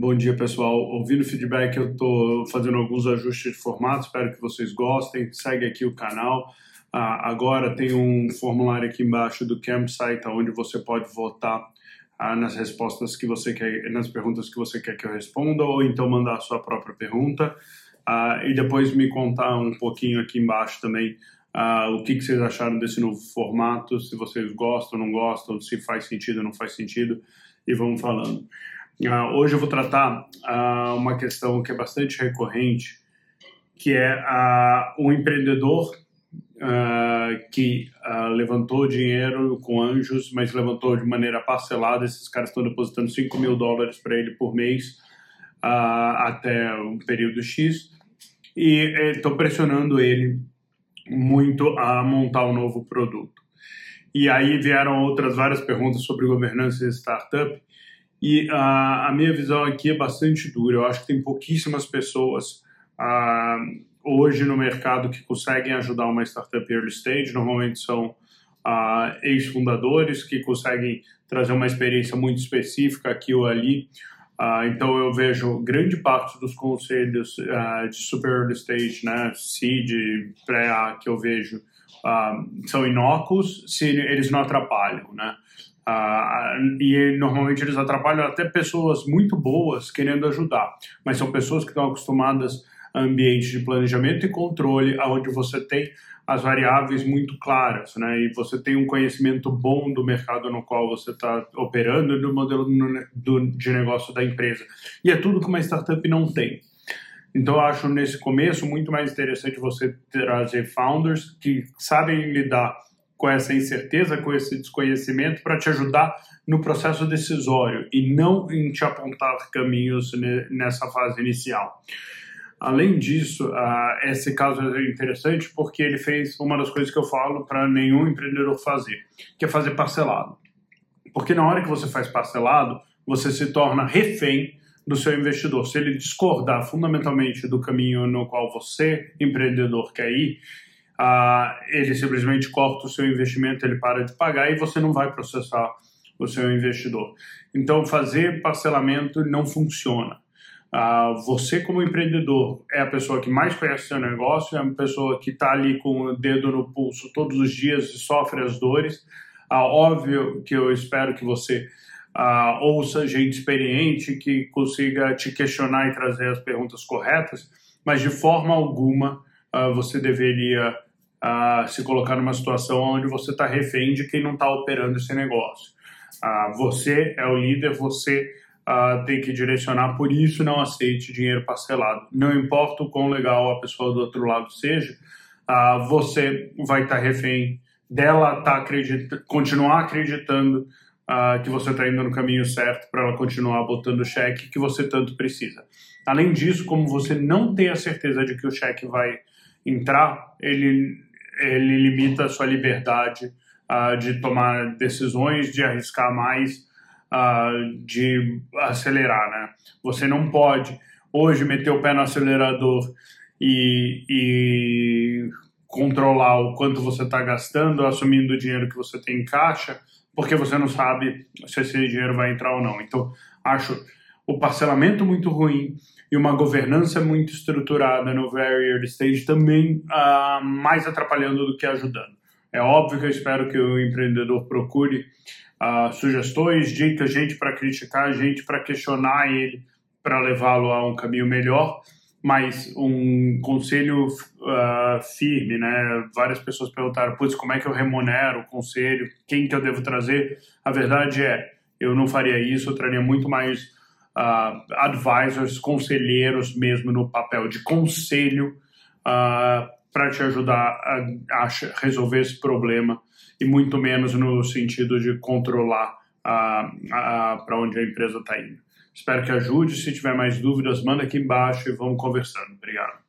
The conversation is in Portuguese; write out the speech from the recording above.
Bom dia, pessoal. Ouvindo o feedback, eu estou fazendo alguns ajustes de formato, espero que vocês gostem. Segue aqui o canal. Agora tem um formulário aqui embaixo do Campsite, onde você pode votar nas respostas que você quer, nas perguntas que você quer que eu responda, ou então mandar a sua própria pergunta. E depois me contar um pouquinho aqui embaixo também o que vocês acharam desse novo formato, se vocês gostam, não gostam, se faz sentido ou não faz sentido, e vamos falando. Hoje eu vou tratar uma questão que é bastante recorrente, que é um empreendedor que levantou dinheiro com anjos, mas levantou de maneira parcelada. Esses caras estão depositando $5 mil para ele por mês até um período X, e estou pressionando ele muito a montar um novo produto. E aí vieram outras várias perguntas sobre governança de startup, e a minha visão aqui é bastante dura. Eu acho que tem pouquíssimas pessoas hoje no mercado que conseguem ajudar uma startup early stage. Normalmente são ex-fundadores que conseguem trazer uma experiência muito específica aqui ou ali. Então eu vejo grande parte dos conselhos de super early stage, né, seed, pré-A, que eu vejo são inócuos se eles não atrapalham, né? E normalmente eles atrapalham até pessoas muito boas querendo ajudar, mas são pessoas que estão acostumadas a ambientes de planejamento e controle, onde você tem as variáveis muito claras, né? E você tem um conhecimento bom do mercado no qual você está operando e do modelo de negócio da empresa. E é tudo que uma startup não tem. Então eu acho nesse começo muito mais interessante você trazer founders que sabem lidar com essa incerteza, com esse desconhecimento, para te ajudar no processo decisório e não em te apontar caminhos nessa fase inicial. Além disso, esse caso é interessante porque ele fez uma das coisas que eu falo para nenhum empreendedor fazer, que é fazer parcelado. Porque na hora que você faz parcelado, você se torna refém do seu investidor. Se ele discordar fundamentalmente do caminho no qual você, empreendedor, quer ir, ele simplesmente corta o seu investimento, ele para de pagar e você não vai processar o seu investidor. Então, fazer parcelamento não funciona. Você, como empreendedor, é a pessoa que mais conhece o seu negócio, é a pessoa que está ali com o dedo no pulso todos os dias e sofre as dores. Óbvio que eu espero que você ouça gente experiente que consiga te questionar e trazer as perguntas corretas, mas de forma alguma você deveria se colocar numa situação onde você está refém de quem não está operando esse negócio. Você é o líder, você tem que direcionar, por isso não aceite dinheiro parcelado. Não importa o quão legal a pessoa do outro lado seja, você vai estar refém dela, continuar acreditando que você está indo no caminho certo para ela continuar botando o cheque que você tanto precisa. Além disso, como você não tem a certeza de que o cheque vai entrar, ele limita a sua liberdade de tomar decisões, de arriscar mais, de acelerar, né? Você não pode hoje meter o pé no acelerador e controlar o quanto você está gastando, assumindo o dinheiro que você tem em caixa, porque você não sabe se esse dinheiro vai entrar ou não. Então, acho o parcelamento muito ruim e uma governança muito estruturada no very early stage também mais atrapalhando do que ajudando. É óbvio que eu espero que o empreendedor procure sugestões, dicas, gente para criticar, gente para questionar ele, para levá-lo a um caminho melhor, mas um conselho firme, né? Várias pessoas perguntaram, putz, como é que eu remunero o conselho? Quem que eu devo trazer? A verdade é, eu não faria isso, eu traria muito mais advisors, conselheiros mesmo no papel de conselho para te ajudar a resolver esse problema e muito menos no sentido de controlar para onde a empresa está indo. Espero que ajude. Se tiver mais dúvidas, manda aqui embaixo e vamos conversando. Obrigado.